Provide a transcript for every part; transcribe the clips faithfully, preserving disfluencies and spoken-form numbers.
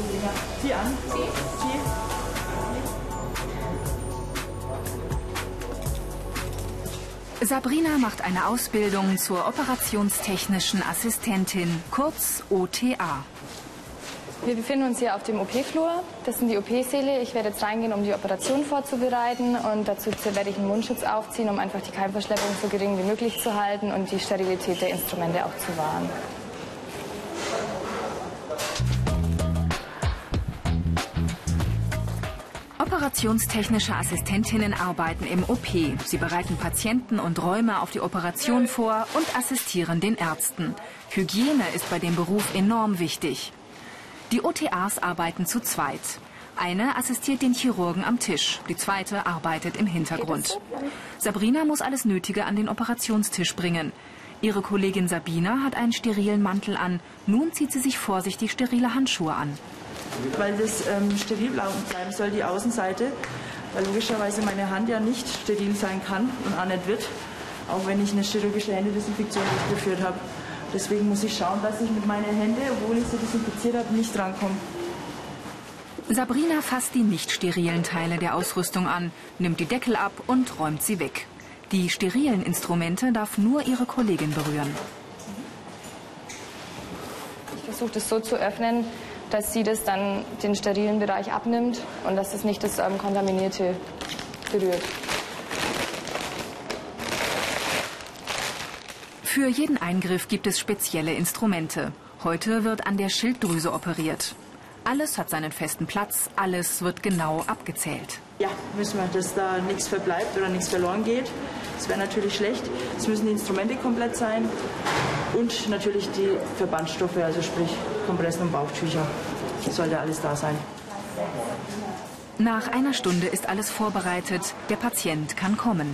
Zieh an. Zieh. Sabrina macht eine Ausbildung zur operationstechnischen Assistentin, kurz O T A. Wir befinden uns hier auf dem O P-Flur. Das sind die O P-Säle. Ich werde jetzt reingehen, um die Operation vorzubereiten. Und dazu werde ich einen Mundschutz aufziehen, um einfach die Keimverschleppung so gering wie möglich zu halten und die Sterilität der Instrumente auch zu wahren. Operationstechnische Assistentinnen arbeiten im O P. Sie bereiten Patienten und Räume auf die Operation vor und assistieren den Ärzten. Hygiene ist bei dem Beruf enorm wichtig. Die O T As arbeiten zu zweit. Eine assistiert den Chirurgen am Tisch, die zweite arbeitet im Hintergrund. Sabrina muss alles Nötige an den Operationstisch bringen. Ihre Kollegin Sabina hat einen sterilen Mantel an. Nun zieht sie sich vorsichtig sterile Handschuhe an. Weil das ähm, steril bleiben soll, die Außenseite, weil logischerweise meine Hand ja nicht steril sein kann und auch nicht wird, auch wenn ich eine chirurgische Händedesinfektion durchgeführt habe. Deswegen muss ich schauen, dass ich mit meinen Händen, obwohl ich sie desinfiziert habe, nicht drankomme. Sabrina fasst die nicht sterilen Teile der Ausrüstung an, nimmt die Deckel ab und räumt sie weg. Die sterilen Instrumente darf nur ihre Kollegin berühren. Ich versuche das so zu öffnen, dass sie das dann den sterilen Bereich abnimmt und dass es nicht das ähm, Kontaminierte berührt. Für jeden Eingriff gibt es spezielle Instrumente. Heute wird an der Schilddrüse operiert. Alles hat seinen festen Platz, alles wird genau abgezählt. Ja, müssen wir, dass da nichts verbleibt oder nichts verloren geht. Das wäre natürlich schlecht. Es müssen die Instrumente komplett sein und natürlich die Verbandstoffe, also sprich Kompressen und Bauchtücher. Sollte alles da sein. Nach einer Stunde ist alles vorbereitet. Der Patient kann kommen.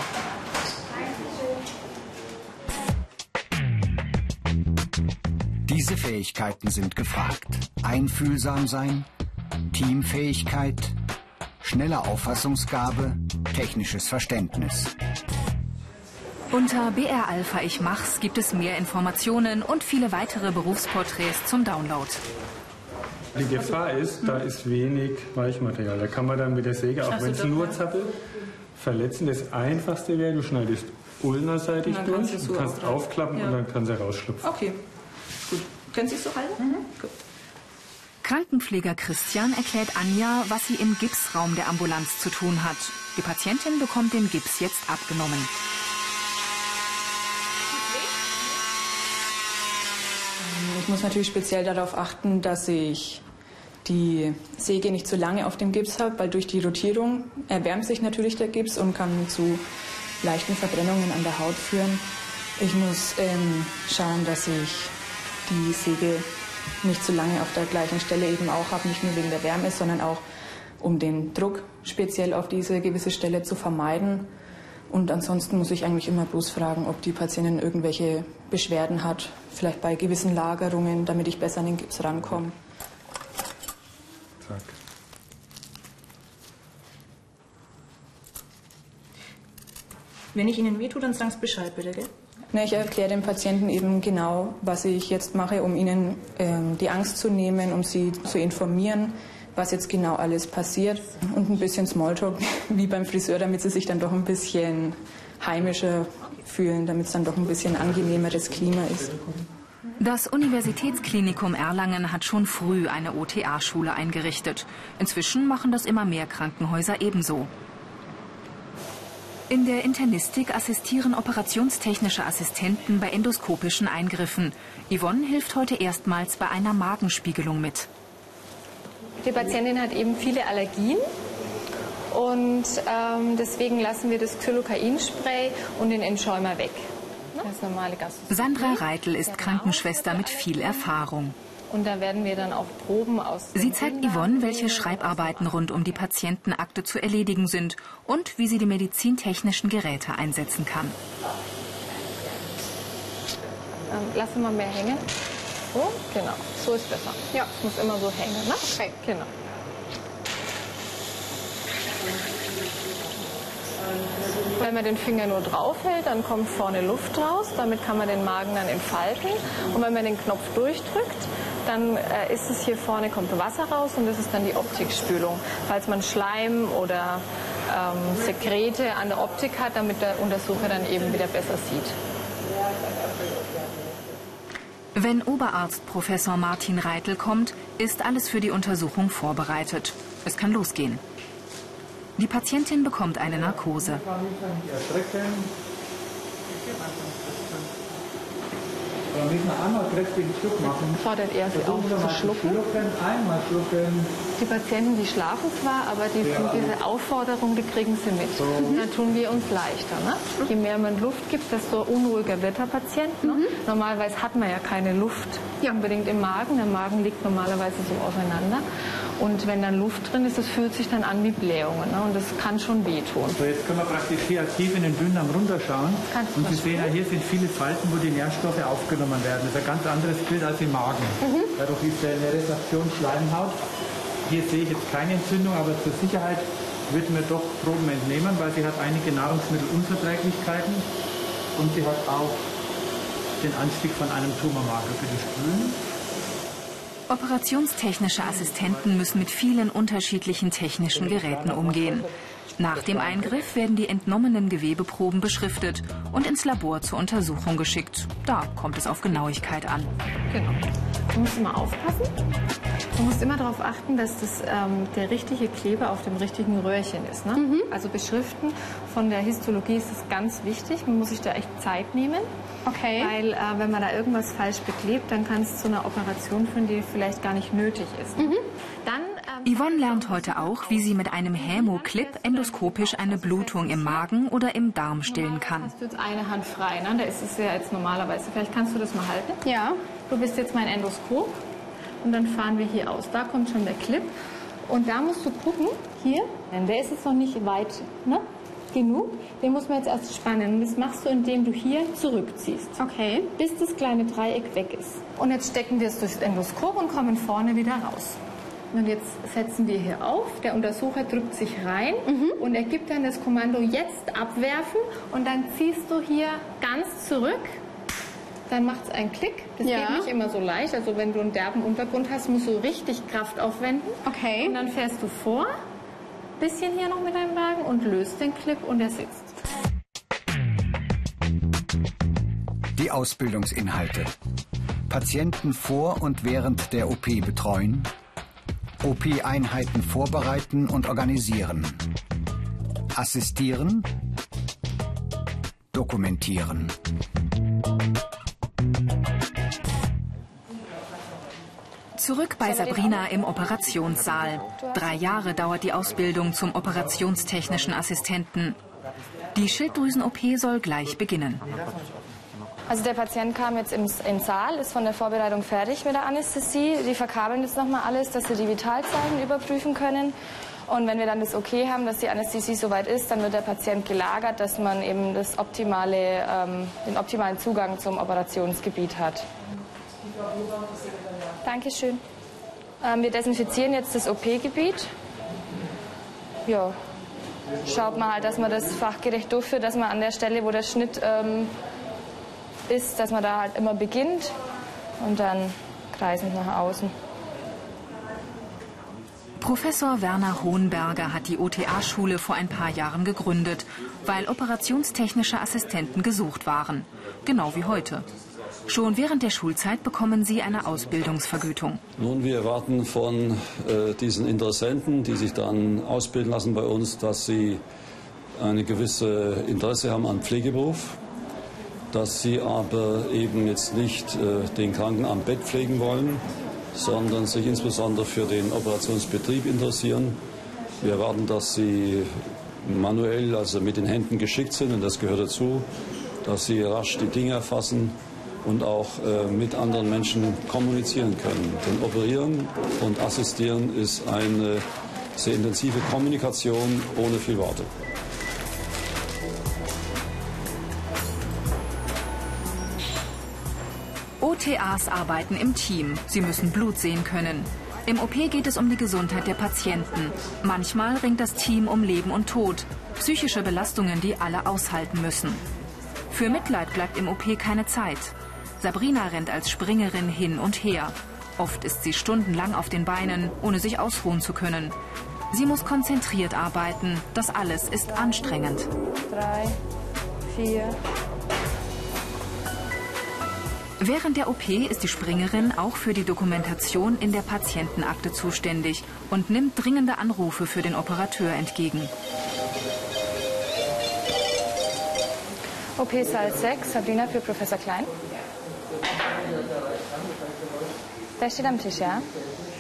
Diese Fähigkeiten sind gefragt. Einfühlsam sein, Teamfähigkeit, schnelle Auffassungsgabe, technisches Verständnis. Unter B R Alpha Ich Mach's gibt es mehr Informationen und viele weitere Berufsporträts zum Download. Die Gefahr ist, da ist wenig Weichmaterial. Da kann man dann mit der Säge, auch wenn es nur zappelt, verletzen. Das Einfachste wäre, du schneidest ulnerseitig durch, du kannst aufklappen und dann kann sie rausschlüpfen. Okay, gut. Können Sie es so halten? Mhm. Gut. Krankenpfleger Christian erklärt Anja, was sie im Gipsraum der Ambulanz zu tun hat. Die Patientin bekommt den Gips jetzt abgenommen. Ich muss natürlich speziell darauf achten, dass ich die Säge nicht zu lange auf dem Gips habe, weil durch die Rotierung erwärmt sich natürlich der Gips und kann zu leichten Verbrennungen an der Haut führen. Ich muss ähm, schauen, dass ich die Säge nicht zu lange auf der gleichen Stelle eben auch habe, nicht nur wegen der Wärme, sondern auch um den Druck speziell auf diese gewisse Stelle zu vermeiden. Und ansonsten muss ich eigentlich immer bloß fragen, ob die Patientin irgendwelche Beschwerden hat, vielleicht bei gewissen Lagerungen, damit ich besser an den Gips rankomme. Zack. Wenn ich Ihnen wehtue, dann sagen Sie Bescheid, bitte, gell? Na, ich erkläre dem Patienten eben genau, was ich jetzt mache, um ihnen ähm, die Angst zu nehmen, um sie zu informieren, was jetzt genau alles passiert. Und ein bisschen Smalltalk, wie beim Friseur, damit sie sich dann doch ein bisschen heimischer fühlen, damit es dann doch ein bisschen angenehmeres Klima ist. Das Universitätsklinikum Erlangen hat schon früh eine O T A-Schule eingerichtet. Inzwischen machen das immer mehr Krankenhäuser ebenso. In der Internistik assistieren operationstechnische Assistenten bei endoskopischen Eingriffen. Yvonne hilft heute erstmals bei einer Magenspiegelung mit. Die Patientin hat eben viele Allergien und ähm, deswegen lassen wir das Xylocain-Spray und den Entschäumer weg. Das normale Gastrospray. Sandra Reitel ist Krankenschwester mit viel Erfahrung. Und da werden wir dann auch Proben aus. Sie zeigt Yvonne, welche Schreibarbeiten rund um die Patientenakte zu erledigen sind und wie sie die medizintechnischen Geräte einsetzen kann. Ähm, lassen wir mehr hängen. So, genau. So ist besser. Ja, es muss immer so hängen. Ne? Okay, genau. Wenn man den Finger nur drauf hält, dann kommt vorne Luft raus. Damit kann man den Magen dann entfalten. Und wenn man den Knopf durchdrückt, dann äh, ist es hier vorne, kommt Wasser raus und das ist dann die Optikspülung. Falls man Schleim oder ähm, Sekrete an der Optik hat, damit der Untersucher dann eben wieder besser sieht. Wenn Oberarzt Professor Martin Reitel kommt, ist alles für die Untersuchung vorbereitet. Es kann losgehen. Die Patientin bekommt eine Narkose. Wir müssen einmal kräftigen Schluck machen. Fordert er sie auf zu schlucken. Einmal schlucken. Die Patienten, die schlafen zwar, aber die, ja. diese Aufforderung, die kriegen sie mit. So. Mhm. Dann tun wir uns leichter. Ne? Je mehr man Luft gibt, desto unruhiger wird der Patient. Ne? Mhm. Normalerweise hat man ja keine Luft ja. unbedingt im Magen. Der Magen liegt normalerweise so auseinander. Und wenn dann Luft drin ist, das fühlt sich dann an wie Blähungen. Ne? Und das kann schon wehtun. So, jetzt können wir praktisch hier aktiv in den Dünndarm runterschauen. Und Sie sehen ja, hier sind viele Falten, wo die Nährstoffe aufgenommen werden. Das ist ein ganz anderes Bild als im Magen. Mhm. Dadurch ist eine Rezeption Schleimhaut. Hier sehe ich jetzt keine Entzündung, aber zur Sicherheit wird mir doch Proben entnehmen, weil sie hat einige Nahrungsmittelunverträglichkeiten und sie hat auch den Anstieg von einem Tumormarker für die Spülen. Operationstechnische Assistenten müssen mit vielen unterschiedlichen technischen Geräten umgehen. Nach dem Eingriff werden die entnommenen Gewebeproben beschriftet und ins Labor zur Untersuchung geschickt. Da kommt es auf Genauigkeit an. Genau. Du musst immer aufpassen. Du musst immer darauf achten, dass das, ähm, der richtige Kleber auf dem richtigen Röhrchen ist. Ne? Mhm. Also beschriften von der Histologie ist es ganz wichtig. Man muss sich da echt Zeit nehmen. Okay. Weil äh, wenn man da irgendwas falsch beklebt, dann kann es zu einer Operation führen, die vielleicht gar nicht nötig ist. Mhm. Dann, ähm, Yvonne lernt heute auch, wie sie mit einem Hämoclip endoskopisch eine Blutung im Magen oder im Darm stillen kann. Hast du jetzt eine Hand frei, ne? Da ist es ja jetzt normalerweise. Vielleicht kannst du das mal halten. Ja. Du bist jetzt mein Endoskop und dann fahren wir hier aus. Da kommt schon der Clip und da musst du gucken, hier, denn der ist jetzt noch nicht weit, ne? Genug, den muss man jetzt erst spannen. Und das machst du, indem du hier zurückziehst. Okay. Bis das kleine Dreieck weg ist. Und jetzt stecken wir es durchs Endoskop und kommen vorne wieder raus. Und jetzt setzen wir hier auf. Der Untersucher drückt sich rein mhm. und er gibt dann das Kommando jetzt abwerfen. Und dann ziehst du hier ganz zurück. Dann macht es einen Klick. Das ja. geht nicht immer so leicht. Also wenn du einen derben Untergrund hast, musst du richtig Kraft aufwenden. Okay. Und dann fährst du vor. Bisschen hier noch mit deinem Wagen und löst den Clip und er sitzt. Die Ausbildungsinhalte. Patienten vor und während der O P betreuen. O P-Einheiten vorbereiten und organisieren. Assistieren. Dokumentieren. Zurück bei Sabrina im Operationssaal. Drei Jahre dauert die Ausbildung zum operationstechnischen Assistenten. Die Schilddrüsen-O P soll gleich beginnen. Also der Patient kam jetzt ins, ins Saal, ist von der Vorbereitung fertig mit der Anästhesie. Die verkabeln jetzt nochmal alles, dass sie die Vitalzeichen überprüfen können. Und wenn wir dann das Okay haben, dass die Anästhesie soweit ist, dann wird der Patient gelagert, dass man eben das optimale, ähm, den optimalen Zugang zum Operationsgebiet hat. Dankeschön. Ähm, wir desinfizieren jetzt das O P-Gebiet. Ja, schaut mal halt, dass man das fachgerecht durchführt, dass man an der Stelle, wo der Schnitt ähm, ist, dass man da halt immer beginnt und dann kreisend nach außen. Professor Werner Hohenberger hat die O T A-Schule vor ein paar Jahren gegründet, weil operationstechnische Assistenten gesucht waren. Genau wie heute. Schon während der Schulzeit bekommen sie eine Ausbildungsvergütung. Nun, wir erwarten von äh, diesen Interessenten, die sich dann ausbilden lassen bei uns, dass sie eine gewisse Interesse haben an Pflegeberuf, dass sie aber eben jetzt nicht äh, den Kranken am Bett pflegen wollen, sondern sich insbesondere für den Operationsbetrieb interessieren. Wir erwarten, dass sie manuell, also mit den Händen geschickt sind, und das gehört dazu, dass sie rasch die Dinge erfassen und auch äh, mit anderen Menschen kommunizieren können. Denn Operieren und Assistieren ist eine sehr intensive Kommunikation ohne viel Worte. O T As arbeiten im Team. Sie müssen Blut sehen können. Im O P geht es um die Gesundheit der Patienten. Manchmal ringt das Team um Leben und Tod. Psychische Belastungen, die alle aushalten müssen. Für Mitleid bleibt im O P keine Zeit. Sabrina rennt als Springerin hin und her. Oft ist sie stundenlang auf den Beinen, ohne sich ausruhen zu können. Sie muss konzentriert arbeiten. Das alles ist anstrengend. Drei, vier. Während der O P ist die Springerin auch für die Dokumentation in der Patientenakte zuständig und nimmt dringende Anrufe für den Operateur entgegen. O P-Saal sechs, Sabrina für Professor Klein. Der steht am Tisch, ja?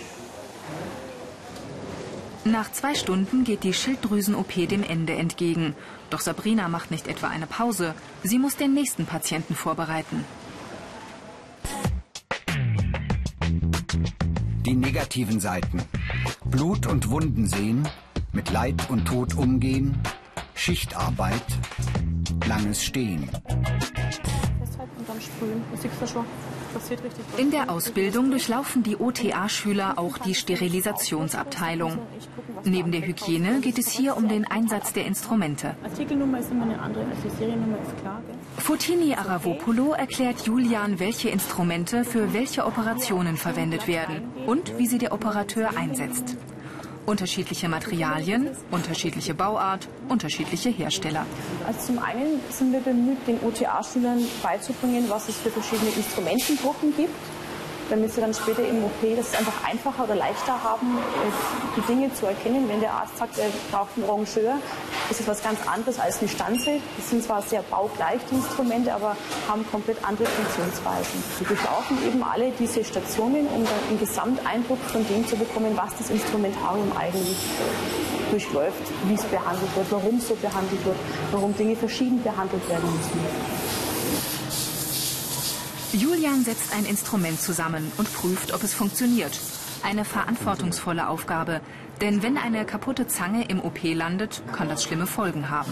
Nach zwei Stunden geht die Schilddrüsen-O P dem Ende entgegen. Doch Sabrina macht nicht etwa eine Pause. Sie muss den nächsten Patienten vorbereiten. Die negativen Seiten. Blut und Wunden sehen, mit Leid und Tod umgehen, Schichtarbeit, langes Stehen. In der Ausbildung durchlaufen die O T A-Schüler auch die Sterilisationsabteilung. Neben der Hygiene geht es hier um den Einsatz der Instrumente. Artikelnummer ist immer eine andere, als die Seriennummer ist klar. Fotini Aravopoulou erklärt Julian, welche Instrumente für welche Operationen verwendet werden und wie sie der Operateur einsetzt. Unterschiedliche Materialien, unterschiedliche Bauart, unterschiedliche Hersteller. Also zum einen sind wir bemüht, den O T A-Schülern beizubringen, was es für verschiedene Instrumentengruppen gibt, damit sie dann später im O P das einfach einfacher oder leichter haben, die Dinge zu erkennen. Wenn der Arzt sagt, er braucht einen Rongeur, ist es was ganz anderes als eine Stanze. Das sind zwar sehr baugleich, die Instrumente, aber haben komplett andere Funktionsweisen. Wir durchlaufen eben alle diese Stationen, um dann einen Gesamteindruck von dem zu bekommen, was das Instrumentarium eigentlich durchläuft, wie es behandelt wird, warum es so behandelt wird, warum Dinge verschieden behandelt werden müssen. Julian setzt ein Instrument zusammen und prüft, ob es funktioniert. Eine verantwortungsvolle Aufgabe, denn wenn eine kaputte Zange im O P landet, kann das schlimme Folgen haben.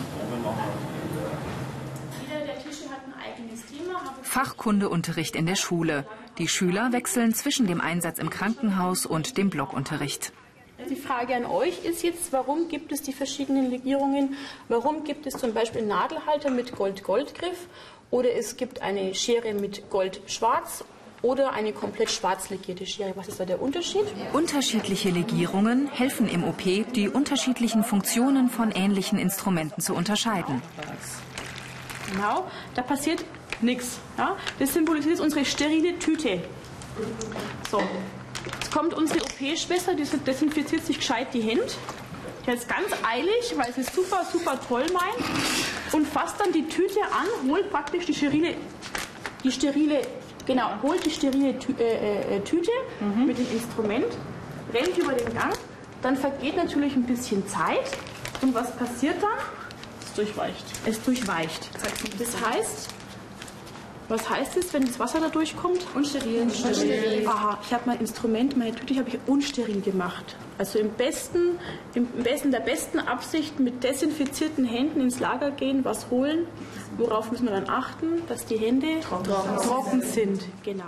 Fachkundeunterricht in der Schule. Die Schüler wechseln zwischen dem Einsatz im Krankenhaus und dem Blockunterricht. Die Frage an euch ist jetzt, warum gibt es die verschiedenen Legierungen? Warum gibt es zum Beispiel einen Nadelhalter mit Gold-Gold-Griff? Oder es gibt eine Schere mit Gold-Schwarz oder eine komplett schwarz legierte Schere. Was ist da der Unterschied? Unterschiedliche Legierungen helfen im O P, die unterschiedlichen Funktionen von ähnlichen Instrumenten zu unterscheiden. Genau, da passiert nichts. Ja? Das symbolisiert unsere sterile Tüte. So, jetzt kommt unsere O P-Schwester, die desinfiziert sich gescheit die Hände. Jetzt ganz eilig, weil sie es super, super toll meint und fasst dann die Tüte an, holt praktisch die sterile, die sterile, genau, holt die sterile Tü äh, äh, Tüte mhm. mit dem Instrument, rennt über den Gang, dann vergeht natürlich ein bisschen Zeit und was passiert dann? Es durchweicht. Es durchweicht. Das heißt, was heißt es, wenn das Wasser da durchkommt? Unsteril. Unsteril. Aha, ich habe mein Instrument, meine Tüte habe ich unsteril gemacht. Also im besten, im besten, der besten Absicht mit desinfizierten Händen ins Lager gehen, was holen. Worauf müssen wir dann achten? Dass die Hände trocken, trocken sind. Genau.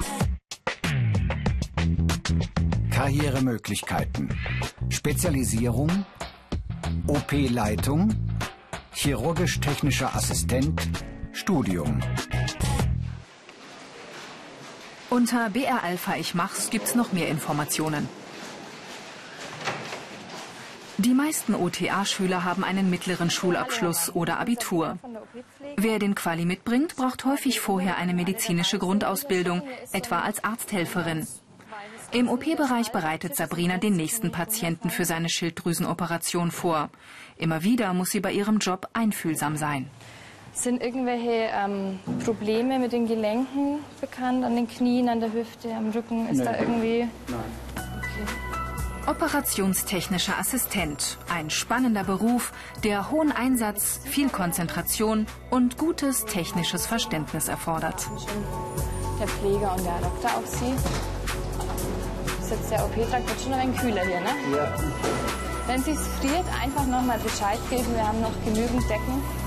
Karrieremöglichkeiten. Spezialisierung, O P-Leitung, chirurgisch-technischer Assistent, Studium. Unter B R Alpha Ich Mach's gibt's noch mehr Informationen. Die meisten O T A-Schüler haben einen mittleren Schulabschluss oder Abitur. Wer den Quali mitbringt, braucht häufig vorher eine medizinische Grundausbildung, etwa als Arzthelferin. Im O P-Bereich bereitet Sabrina den nächsten Patienten für seine Schilddrüsenoperation vor. Immer wieder muss sie bei ihrem Job einfühlsam sein. Sind irgendwelche ähm, Probleme mit den Gelenken bekannt, an den Knien, an der Hüfte, am Rücken? Ist Nein. da irgendwie... Nein. Okay. Operationstechnischer Assistent. Ein spannender Beruf, der hohen Einsatz, viel Konzentration und gutes technisches Verständnis erfordert. Der Pfleger und der Doktor auch Sie. Das ist jetzt der O P-Trakt, wird schon ein wenig kühler hier, ne? Ja. Wenn es sich friert, einfach noch mal Bescheid geben. Wir haben noch genügend Decken.